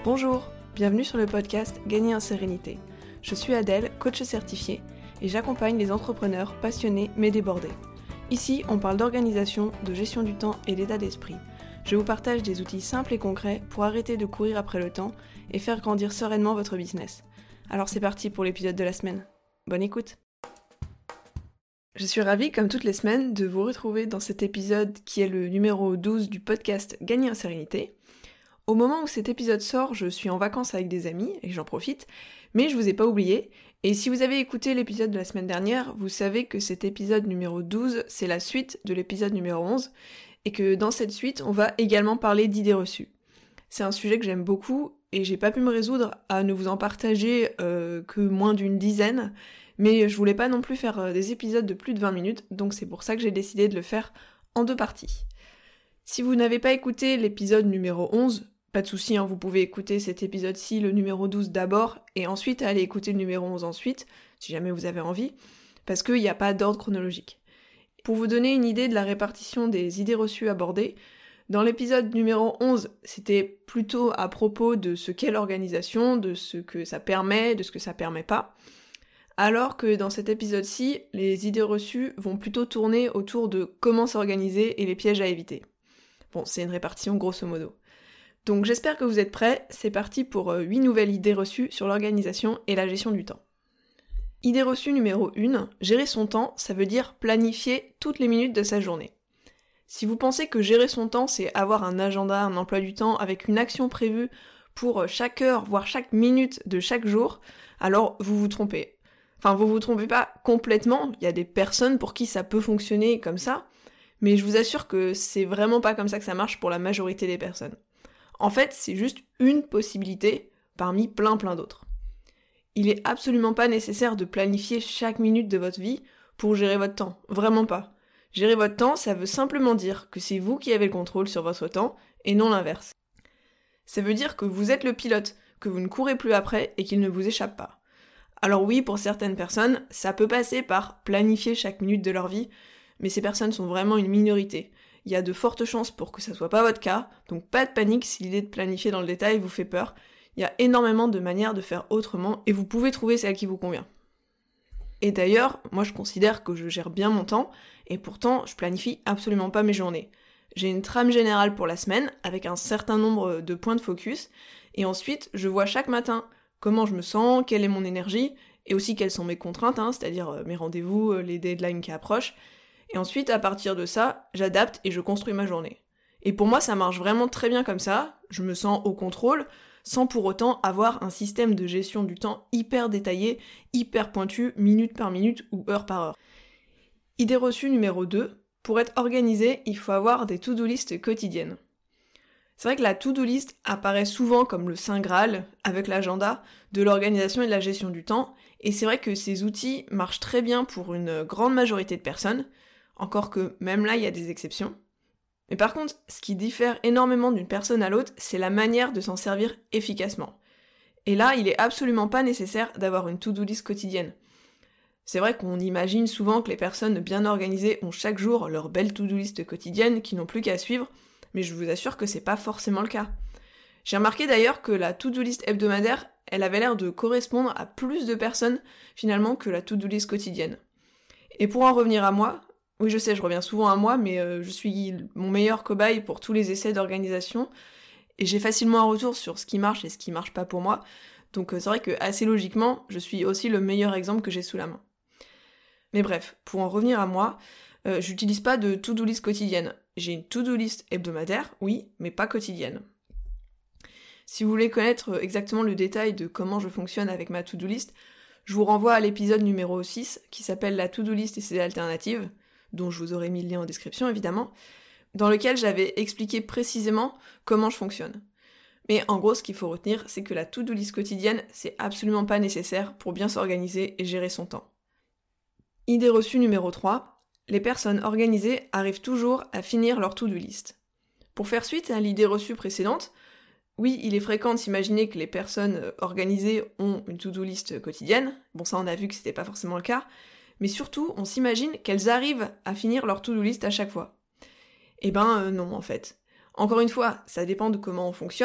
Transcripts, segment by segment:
Bonjour, bienvenue sur le podcast Gagner en sérénité. Je suis Adèle, coach certifiée, et j'accompagne les entrepreneurs passionnés mais débordés. Ici, on parle d'organisation, de gestion du temps et d'état d'esprit. Je vous partage des outils simples et concrets pour arrêter de courir après le temps et faire grandir sereinement votre business. Alors c'est parti pour l'épisode de la semaine. Bonne écoute! Je suis ravie, comme toutes les semaines, de vous retrouver dans cet épisode qui est le numéro 12 du podcast Gagner en sérénité. Au moment où cet épisode sort, je suis en vacances avec des amis et j'en profite, mais je vous ai pas oublié. Et si vous avez écouté l'épisode de la semaine dernière, vous savez que cet épisode numéro 12, c'est la suite de l'épisode numéro 11, et que dans cette suite, on va également parler d'idées reçues. C'est un sujet que j'aime beaucoup, et j'ai pas pu me résoudre à ne vous en partager que moins d'une dizaine, mais je voulais pas non plus faire des épisodes de plus de 20 minutes, donc c'est pour ça que j'ai décidé de le faire en deux parties. Si vous n'avez pas écouté l'épisode numéro 11, pas de souci, vous pouvez écouter cet épisode-ci, le numéro 12 d'abord, et ensuite aller écouter le numéro 11 ensuite, si jamais vous avez envie, parce qu'il n'y a pas d'ordre chronologique. Pour vous donner une idée de la répartition des idées reçues abordées, dans l'épisode numéro 11, c'était plutôt à propos de ce qu'est l'organisation, de ce que ça permet, de ce que ça permet pas, alors que dans cet épisode-ci, les idées reçues vont plutôt tourner autour de comment s'organiser et les pièges à éviter. Bon, c'est une répartition grosso modo. Donc j'espère que vous êtes prêts, c'est parti pour 8 nouvelles idées reçues sur l'organisation et la gestion du temps. Idée reçue numéro 1, gérer son temps, ça veut dire planifier toutes les minutes de sa journée. Si vous pensez que gérer son temps, c'est avoir un agenda, un emploi du temps avec une action prévue pour chaque heure, voire chaque minute de chaque jour, alors vous vous trompez. Enfin, vous vous trompez pas complètement, il y a des personnes pour qui ça peut fonctionner comme ça, mais je vous assure que c'est vraiment pas comme ça que ça marche pour la majorité des personnes. En fait, c'est juste une possibilité parmi plein d'autres. Il est absolument pas nécessaire de planifier chaque minute de votre vie pour gérer votre temps. Vraiment pas. Gérer votre temps, ça veut simplement dire que c'est vous qui avez le contrôle sur votre temps et non l'inverse. Ça veut dire que vous êtes le pilote, que vous ne courez plus après et qu'il ne vous échappe pas. Alors oui, pour certaines personnes, ça peut passer par planifier chaque minute de leur vie, mais ces personnes sont vraiment une minorité. Il y a de fortes chances pour que ça soit pas votre cas, donc pas de panique si l'idée de planifier dans le détail vous fait peur. Il y a énormément de manières de faire autrement et vous pouvez trouver celle qui vous convient. Et d'ailleurs, moi je considère que je gère bien mon temps et pourtant je planifie absolument pas mes journées. J'ai une trame générale pour la semaine avec un certain nombre de points de focus et ensuite je vois chaque matin comment je me sens, quelle est mon énergie et aussi quelles sont mes contraintes, c'est-à-dire mes rendez-vous, les deadlines qui approchent. Et ensuite, à partir de ça, j'adapte et je construis ma journée. Et pour moi, ça marche vraiment très bien comme ça, je me sens au contrôle, sans pour autant avoir un système de gestion du temps hyper détaillé, hyper pointu, minute par minute ou heure par heure. Idée reçue numéro 2, pour être organisé, il faut avoir des to-do list quotidiennes. C'est vrai que la to-do list apparaît souvent comme le saint graal, avec l'agenda, de l'organisation et de la gestion du temps, et c'est vrai que ces outils marchent très bien pour une grande majorité de personnes, encore que même là il y a des exceptions. Mais par contre, ce qui diffère énormément d'une personne à l'autre, c'est la manière de s'en servir efficacement. Et là, il est absolument pas nécessaire d'avoir une to-do list quotidienne. C'est vrai qu'on imagine souvent que les personnes bien organisées ont chaque jour leur belle to-do list quotidienne qui n'ont plus qu'à suivre, mais je vous assure que c'est pas forcément le cas. J'ai remarqué d'ailleurs que la to-do list hebdomadaire, elle avait l'air de correspondre à plus de personnes finalement que la to-do list quotidienne. Et pour en revenir à moi, oui je sais, je reviens souvent à moi, mais je suis mon meilleur cobaye pour tous les essais d'organisation, et j'ai facilement un retour sur ce qui marche et ce qui marche pas pour moi, donc c'est vrai que assez logiquement, je suis aussi le meilleur exemple que j'ai sous la main. Mais bref, pour en revenir à moi, j'utilise pas de to-do list quotidienne. J'ai une to-do list hebdomadaire, oui, mais pas quotidienne. Si vous voulez connaître exactement le détail de comment je fonctionne avec ma to-do list, je vous renvoie à l'épisode numéro 6 qui s'appelle la to-do list et ses alternatives, dont je vous aurai mis le lien en description évidemment, dans lequel j'avais expliqué précisément comment je fonctionne. Mais en gros, ce qu'il faut retenir, c'est que la to-do list quotidienne, c'est absolument pas nécessaire pour bien s'organiser et gérer son temps. Idée reçue numéro 3, les personnes organisées arrivent toujours à finir leur to-do list. Pour faire suite à l'idée reçue précédente, oui, il est fréquent de s'imaginer que les personnes organisées ont une to-do list quotidienne, bon ça on a vu que c'était pas forcément le cas, mais surtout on s'imagine qu'elles arrivent à finir leur to-do list à chaque fois. Eh ben non en fait. Encore une fois, ça dépend de comment on fonctionne,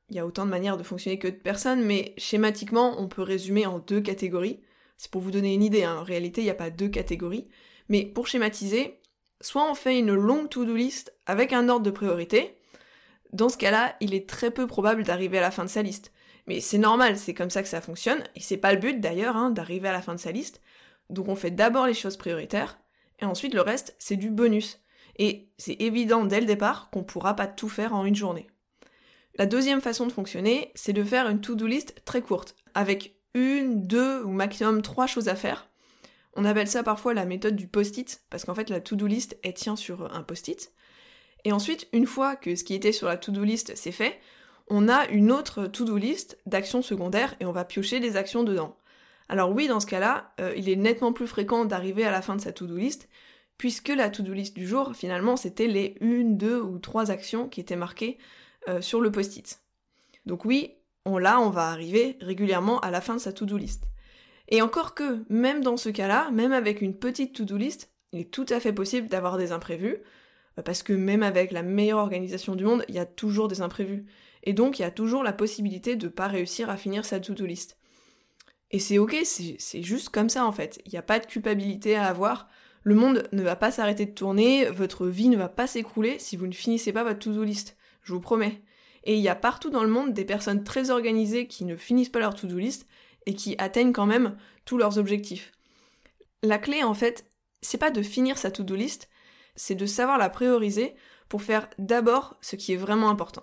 il y a autant de manières de fonctionner que de personnes, mais schématiquement, on peut résumer en 2 catégories. C'est pour vous donner une idée, hein. En réalité, il n'y a pas 2 catégories. Mais pour schématiser, soit on fait une longue to-do list avec un ordre de priorité. Dans ce cas-là, il est très peu probable d'arriver à la fin de sa liste. Mais c'est normal, c'est comme ça que ça fonctionne, et c'est pas le but d'ailleurs, hein, d'arriver à la fin de sa liste. Donc on fait d'abord les choses prioritaires, et ensuite le reste, c'est du bonus. Et c'est évident dès le départ qu'on pourra pas tout faire en une journée. La deuxième façon de fonctionner, c'est de faire une to-do list très courte, avec 1, 2 ou maximum 3 choses à faire. On appelle ça parfois la méthode du post-it, parce qu'en fait la to-do list, elle tient sur un post-it. Et ensuite, une fois que ce qui était sur la to-do list c'est fait, on a une autre to-do list d'actions secondaires et on va piocher les actions dedans. Alors oui, dans ce cas-là, il est nettement plus fréquent d'arriver à la fin de sa to-do list, puisque la to-do list du jour, finalement, c'était les 1, 2 ou 3 actions qui étaient marquées sur le post-it. Donc oui, on va arriver régulièrement à la fin de sa to-do list. Et encore que, même dans ce cas-là, même avec une petite to-do list, il est tout à fait possible d'avoir des imprévus, parce que même avec la meilleure organisation du monde, il y a toujours des imprévus. Et donc, il y a toujours la possibilité de pas réussir à finir sa to-do list. Et c'est ok, c'est juste comme ça en fait. Il n'y a pas de culpabilité à avoir. Le monde ne va pas s'arrêter de tourner, votre vie ne va pas s'écrouler si vous ne finissez pas votre to-do list. Je vous promets. Et il y a partout dans le monde des personnes très organisées qui ne finissent pas leur to-do list et qui atteignent quand même tous leurs objectifs. La clé en fait, c'est pas de finir sa to-do list, c'est de savoir la prioriser pour faire d'abord ce qui est vraiment important.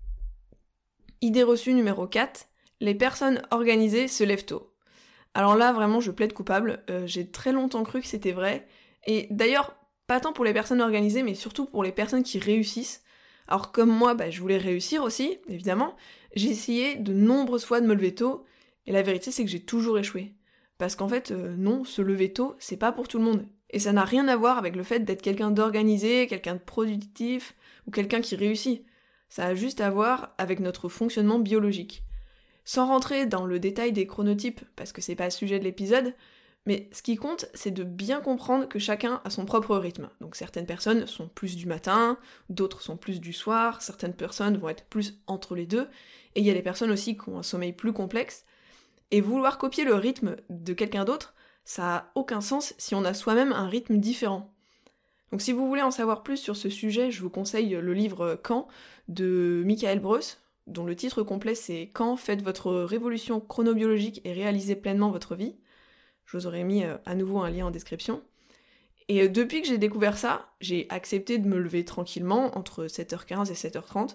Idée reçue numéro 4, les personnes organisées se lèvent tôt. Alors là, vraiment, je plaide coupable, j'ai très longtemps cru que c'était vrai, et d'ailleurs, pas tant pour les personnes organisées, mais surtout pour les personnes qui réussissent. Alors comme moi, je voulais réussir aussi, évidemment, j'ai essayé de nombreuses fois de me lever tôt, et la vérité c'est que j'ai toujours échoué. Parce qu'en fait, non, se lever tôt, c'est pas pour tout le monde. Et ça n'a rien à voir avec le fait d'être quelqu'un d'organisé, quelqu'un de productif, ou quelqu'un qui réussit. Ça a juste à voir avec notre fonctionnement biologique. Sans rentrer dans le détail des chronotypes, parce que c'est pas le sujet de l'épisode, mais ce qui compte, c'est de bien comprendre que chacun a son propre rythme. Donc certaines personnes sont plus du matin, d'autres sont plus du soir, certaines personnes vont être plus entre les deux, et il y a des personnes aussi qui ont un sommeil plus complexe. Et vouloir copier le rythme de quelqu'un d'autre, ça a aucun sens si on a soi-même un rythme différent. Donc si vous voulez en savoir plus sur ce sujet, je vous conseille le livre Quand de Michael Breus, dont le titre complet c'est Quand faites votre révolution chronobiologique et réalisez pleinement votre vie. Je vous aurais mis à nouveau un lien en description. Et depuis que j'ai découvert ça, j'ai accepté de me lever tranquillement entre 7h15 et 7h30.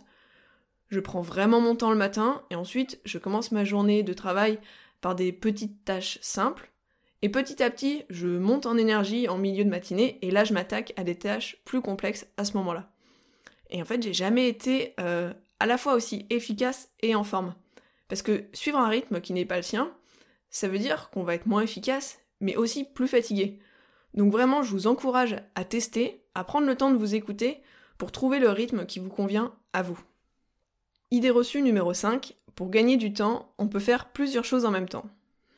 Je prends vraiment mon temps le matin et ensuite je commence ma journée de travail par des petites tâches simples. Et petit à petit, je monte en énergie en milieu de matinée, et là je m'attaque à des tâches plus complexes à ce moment-là. Et en fait, j'ai jamais été à la fois aussi efficace et en forme. Parce que suivre un rythme qui n'est pas le sien, ça veut dire qu'on va être moins efficace, mais aussi plus fatigué. Donc vraiment, je vous encourage à tester, à prendre le temps de vous écouter pour trouver le rythme qui vous convient à vous. Idée reçue numéro 5, pour gagner du temps, on peut faire plusieurs choses en même temps.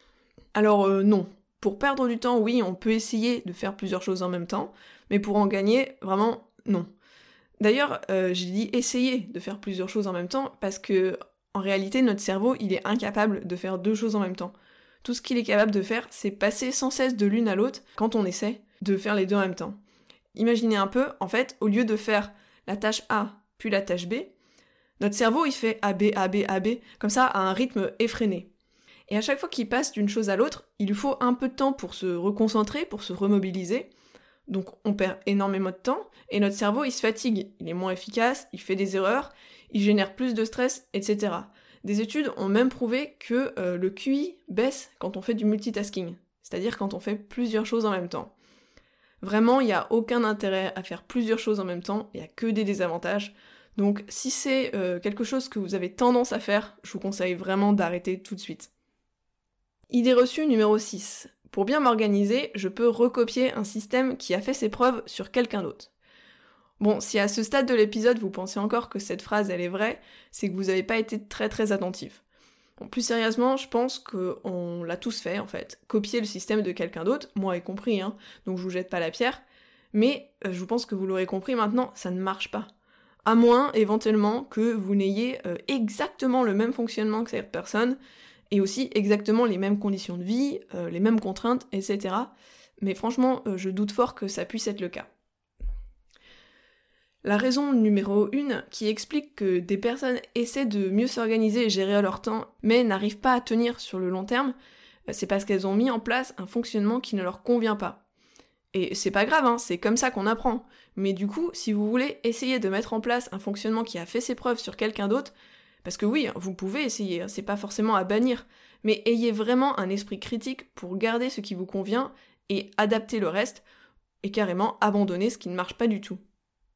Alors non. Pour perdre du temps, oui, on peut essayer de faire plusieurs choses en même temps, mais pour en gagner, vraiment, non. D'ailleurs, j'ai dit essayer de faire plusieurs choses en même temps, parce que, en réalité, notre cerveau, il est incapable de faire 2 choses en même temps. Tout ce qu'il est capable de faire, c'est passer sans cesse de l'une à l'autre quand on essaie de faire les 2 en même temps. Imaginez un peu, en fait, au lieu de faire la tâche A, puis la tâche B, notre cerveau, il fait A, B, A, B, A, B, comme ça, à un rythme effréné. Et à chaque fois qu'il passe d'une chose à l'autre, il lui faut un peu de temps pour se reconcentrer, pour se remobiliser. Donc on perd énormément de temps, et notre cerveau il se fatigue, il est moins efficace, il fait des erreurs, il génère plus de stress, etc. Des études ont même prouvé que le QI baisse quand on fait du multitasking, c'est-à-dire quand on fait plusieurs choses en même temps. Vraiment, il n'y a aucun intérêt à faire plusieurs choses en même temps, il n'y a que des désavantages. Donc si c'est quelque chose que vous avez tendance à faire, je vous conseille vraiment d'arrêter tout de suite. Idée reçue numéro 6. Pour bien m'organiser, je peux recopier un système qui a fait ses preuves sur quelqu'un d'autre. Bon, si à ce stade de l'épisode vous pensez encore que cette phrase elle est vraie, c'est que vous n'avez pas été très très attentif. Bon, plus sérieusement, je pense qu'on l'a tous fait en fait, copier le système de quelqu'un d'autre, moi y compris, donc je vous jette pas la pierre, mais je pense que vous l'aurez compris maintenant, ça ne marche pas. à moins éventuellement que vous n'ayez exactement le même fonctionnement que cette personne, et aussi exactement les mêmes conditions de vie, les mêmes contraintes, etc. Mais franchement, je doute fort que ça puisse être le cas. La raison numéro 1 qui explique que des personnes essaient de mieux s'organiser et gérer leur temps, mais n'arrivent pas à tenir sur le long terme, c'est parce qu'elles ont mis en place un fonctionnement qui ne leur convient pas. Et c'est pas grave, c'est comme ça qu'on apprend. Mais du coup, si vous voulez essayer de mettre en place un fonctionnement qui a fait ses preuves sur quelqu'un d'autre, parce que oui, vous pouvez essayer, c'est pas forcément à bannir, mais ayez vraiment un esprit critique pour garder ce qui vous convient et adapter le reste, et carrément abandonner ce qui ne marche pas du tout.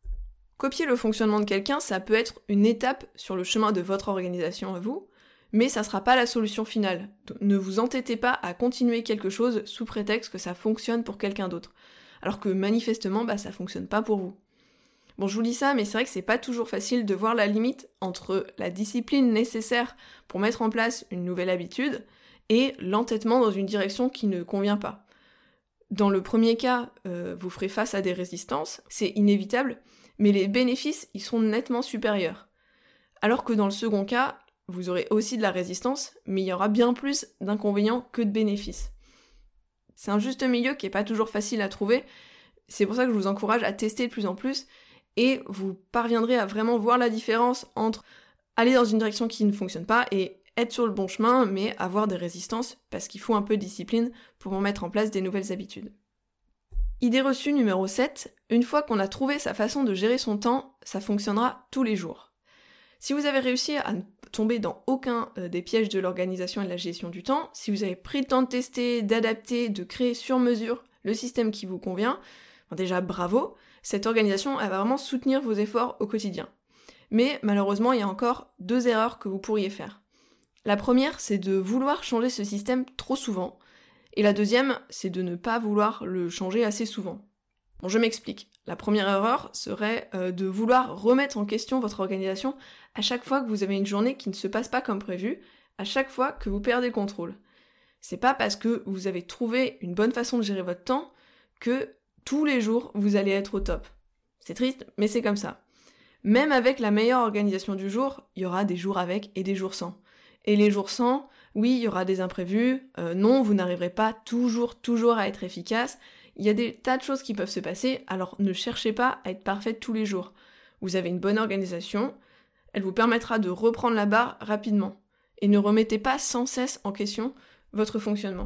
Copier le fonctionnement de quelqu'un, ça peut être une étape sur le chemin de votre organisation à vous, mais ça sera pas la solution finale. Ne vous entêtez pas à continuer quelque chose sous prétexte que ça fonctionne pour quelqu'un d'autre, alors que manifestement, ça fonctionne pas pour vous. Bon, je vous dis ça, mais c'est vrai que c'est pas toujours facile de voir la limite entre la discipline nécessaire pour mettre en place une nouvelle habitude et l'entêtement dans une direction qui ne convient pas. Dans le premier cas, vous ferez face à des résistances, c'est inévitable, mais les bénéfices y seront nettement supérieurs. Alors que dans le second cas, vous aurez aussi de la résistance, mais il y aura bien plus d'inconvénients que de bénéfices. C'est un juste milieu qui est pas toujours facile à trouver, c'est pour ça que je vous encourage à tester de plus en plus, et vous parviendrez à vraiment voir la différence entre aller dans une direction qui ne fonctionne pas et être sur le bon chemin, mais avoir des résistances, parce qu'il faut un peu de discipline pour mettre en place des nouvelles habitudes. Idée reçue numéro 7, une fois qu'on a trouvé sa façon de gérer son temps, ça fonctionnera tous les jours. Si vous avez réussi à ne tomber dans aucun des pièges de l'organisation et de la gestion du temps, si vous avez pris le temps de tester, d'adapter, de créer sur mesure le système qui vous convient, déjà bravo, cette organisation elle va vraiment soutenir vos efforts au quotidien. Mais malheureusement, il y a encore 2 erreurs que vous pourriez faire. La première, c'est de vouloir changer ce système trop souvent, et la deuxième, c'est de ne pas vouloir le changer assez souvent. Bon, je m'explique. La première erreur serait de vouloir remettre en question votre organisation à chaque fois que vous avez une journée qui ne se passe pas comme prévu, à chaque fois que vous perdez le contrôle. C'est pas parce que vous avez trouvé une bonne façon de gérer votre temps que tous les jours vous allez être au top. C'est triste, mais c'est comme ça. Même avec la meilleure organisation du jour, il y aura des jours avec et des jours sans. Et les jours sans, oui, il y aura des imprévus, non, vous n'arriverez pas toujours à être efficace, il y a des tas de choses qui peuvent se passer, alors ne cherchez pas à être parfaite tous les jours. Vous avez une bonne organisation, elle vous permettra de reprendre la barre rapidement. Et ne remettez pas sans cesse en question votre fonctionnement.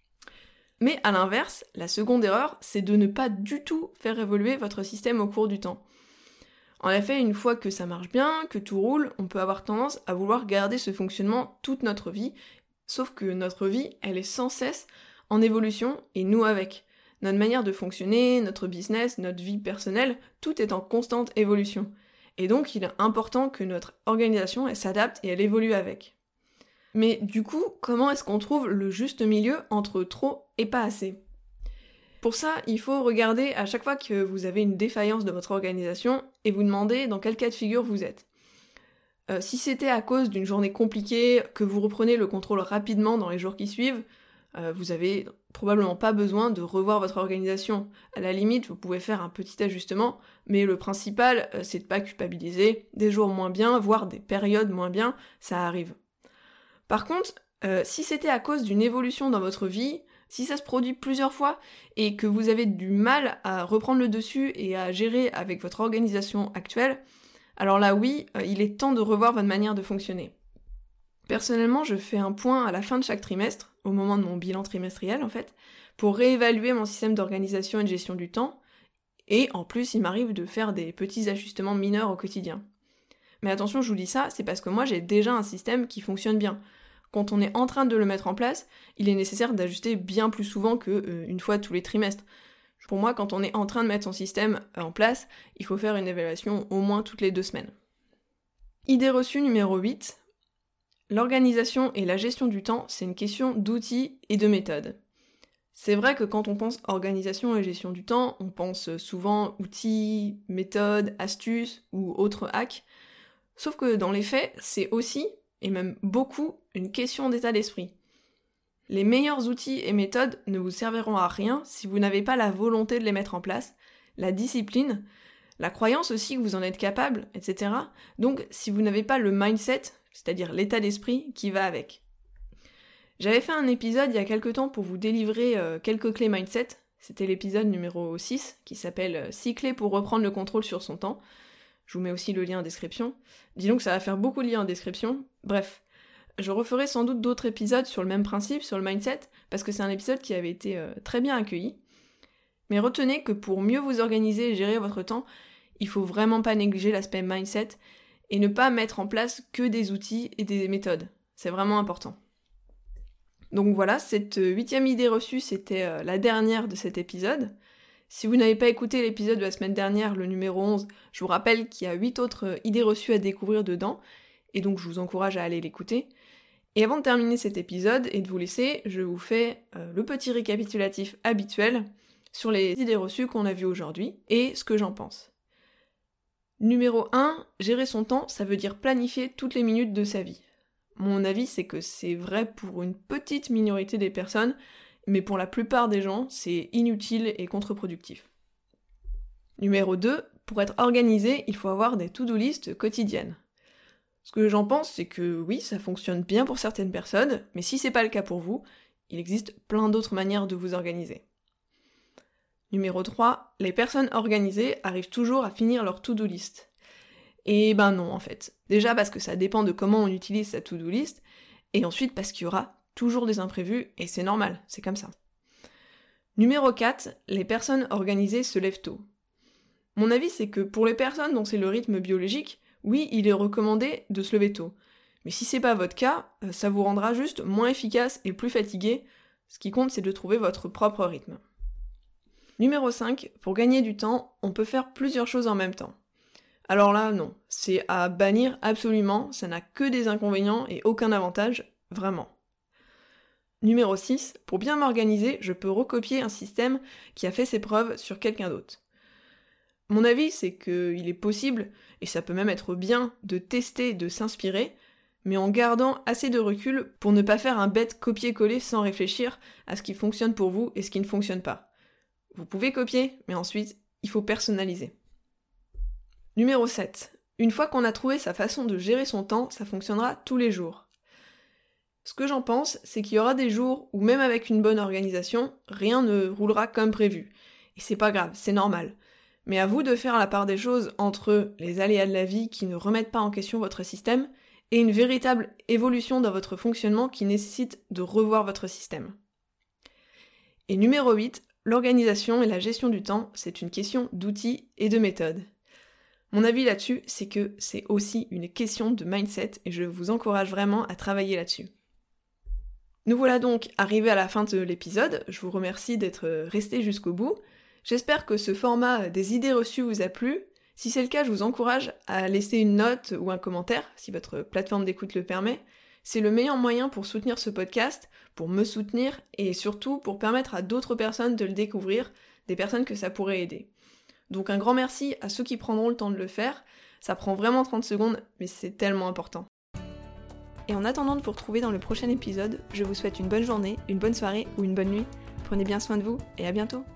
Mais à l'inverse, la seconde erreur, c'est de ne pas du tout faire évoluer votre système au cours du temps. En effet, une fois que ça marche bien, que tout roule, on peut avoir tendance à vouloir garder ce fonctionnement toute notre vie, sauf que notre vie, elle est sans cesse en évolution, et nous avec. Notre manière de fonctionner, notre business, notre vie personnelle, tout est en constante évolution. Et donc, il est important que notre organisation, elle s'adapte et elle évolue avec. Mais du coup, comment est-ce qu'on trouve le juste milieu entre trop et pas assez ? Pour ça, il faut regarder à chaque fois que vous avez une défaillance de votre organisation et vous demander dans quel cas de figure vous êtes. Si c'était à cause d'une journée compliquée, que vous reprenez le contrôle rapidement dans les jours qui suivent, vous avez probablement pas besoin de revoir votre organisation. À la limite, vous pouvez faire un petit ajustement, mais le principal, c'est de pas culpabiliser. Des jours moins bien, voire des périodes moins bien, ça arrive. Par contre, si c'était à cause d'une évolution dans votre vie, si ça se produit plusieurs fois et que vous avez du mal à reprendre le dessus et à gérer avec votre organisation actuelle, alors là oui, il est temps de revoir votre manière de fonctionner. Personnellement, je fais un point à la fin de chaque trimestre, au moment de mon bilan trimestriel en fait, pour réévaluer mon système d'organisation et de gestion du temps, et en plus il m'arrive de faire des petits ajustements mineurs au quotidien. Mais attention, je vous dis ça, c'est parce que moi j'ai déjà un système qui fonctionne bien. Quand on est en train de le mettre en place, il est nécessaire d'ajuster bien plus souvent qu'une fois tous les trimestres. Pour moi, quand on est en train de mettre son système en place, il faut faire une évaluation au moins toutes les 2 semaines. Idée reçue numéro 8. L'organisation et la gestion du temps, c'est une question d'outils et de méthodes. C'est vrai que quand on pense organisation et gestion du temps, on pense souvent outils, méthodes, astuces ou autres hacks. Sauf que dans les faits, c'est aussi, et même beaucoup, une question d'état d'esprit. Les meilleurs outils et méthodes ne vous serviront à rien si vous n'avez pas la volonté de les mettre en place, la discipline, la croyance aussi que vous en êtes capable, etc. Donc si vous n'avez pas le mindset, c'est-à-dire l'état d'esprit qui va avec. J'avais fait un épisode il y a quelques temps pour vous délivrer quelques clés mindset, c'était l'épisode numéro 6 qui s'appelle « 6 clés pour reprendre le contrôle sur son temps ». Je vous mets aussi le lien en description. Dis donc ça va faire beaucoup de liens en description. Bref, je referai sans doute d'autres épisodes sur le même principe, sur le mindset, parce que c'est un épisode qui avait été très bien accueilli. Mais retenez que pour mieux vous organiser et gérer votre temps, il faut vraiment pas négliger l'aspect mindset et ne pas mettre en place que des outils et des méthodes. C'est vraiment important. Donc voilà, cette 8e idée reçue, c'était la dernière de cet épisode. Si vous n'avez pas écouté l'épisode de la semaine dernière, le numéro 11, je vous rappelle qu'il y a 8 autres idées reçues à découvrir dedans, et donc je vous encourage à aller l'écouter. Et avant de terminer cet épisode et de vous laisser, je vous fais le petit récapitulatif habituel sur les idées reçues qu'on a vues aujourd'hui, et ce que j'en pense. Numéro 1, gérer son temps, ça veut dire planifier toutes les minutes de sa vie. Mon avis, c'est que c'est vrai pour une petite minorité des personnes, mais pour la plupart des gens, c'est inutile et contre-productif. Numéro 2, pour être organisé, il faut avoir des to-do list quotidiennes. Ce que j'en pense, c'est que oui, ça fonctionne bien pour certaines personnes, mais si c'est pas le cas pour vous, il existe plein d'autres manières de vous organiser. Numéro 3, les personnes organisées arrivent toujours à finir leur to-do list. Et ben non, en fait. Déjà parce que ça dépend de comment on utilise sa to-do list, et ensuite parce qu'il y aura toujours des imprévus, et c'est normal, c'est comme ça. Numéro 4, les personnes organisées se lèvent tôt. Mon avis, c'est que pour les personnes dont c'est le rythme biologique, oui, il est recommandé de se lever tôt. Mais si c'est pas votre cas, ça vous rendra juste moins efficace et plus fatigué. Ce qui compte, c'est de trouver votre propre rythme. Numéro 5, pour gagner du temps, on peut faire plusieurs choses en même temps. Alors là, non, c'est à bannir absolument, ça n'a que des inconvénients et aucun avantage, vraiment. Numéro 6, pour bien m'organiser, je peux recopier un système qui a fait ses preuves sur quelqu'un d'autre. Mon avis, c'est qu'il est possible, et ça peut même être bien, de tester, de s'inspirer, mais en gardant assez de recul pour ne pas faire un bête copier-coller sans réfléchir à ce qui fonctionne pour vous et ce qui ne fonctionne pas. Vous pouvez copier, mais ensuite, il faut personnaliser. Numéro 7. Une fois qu'on a trouvé sa façon de gérer son temps, ça fonctionnera tous les jours. Ce que j'en pense, c'est qu'il y aura des jours où même avec une bonne organisation, rien ne roulera comme prévu. Et c'est pas grave, c'est normal. Mais à vous de faire la part des choses entre les aléas de la vie qui ne remettent pas en question votre système et une véritable évolution dans votre fonctionnement qui nécessite de revoir votre système. Et numéro 8, l'organisation et la gestion du temps, c'est une question d'outils et de méthodes. Mon avis là-dessus, c'est que c'est aussi une question de mindset et je vous encourage vraiment à travailler là-dessus. Nous voilà donc arrivés à la fin de l'épisode, je vous remercie d'être restés jusqu'au bout. J'espère que ce format des idées reçues vous a plu. Si c'est le cas, je vous encourage à laisser une note ou un commentaire, si votre plateforme d'écoute le permet. C'est le meilleur moyen pour soutenir ce podcast, pour me soutenir et surtout pour permettre à d'autres personnes de le découvrir, des personnes que ça pourrait aider. Donc un grand merci à ceux qui prendront le temps de le faire. Ça prend vraiment 30 secondes, mais c'est tellement important. Et en attendant de vous retrouver dans le prochain épisode, je vous souhaite une bonne journée, une bonne soirée ou une bonne nuit. Prenez bien soin de vous et à bientôt.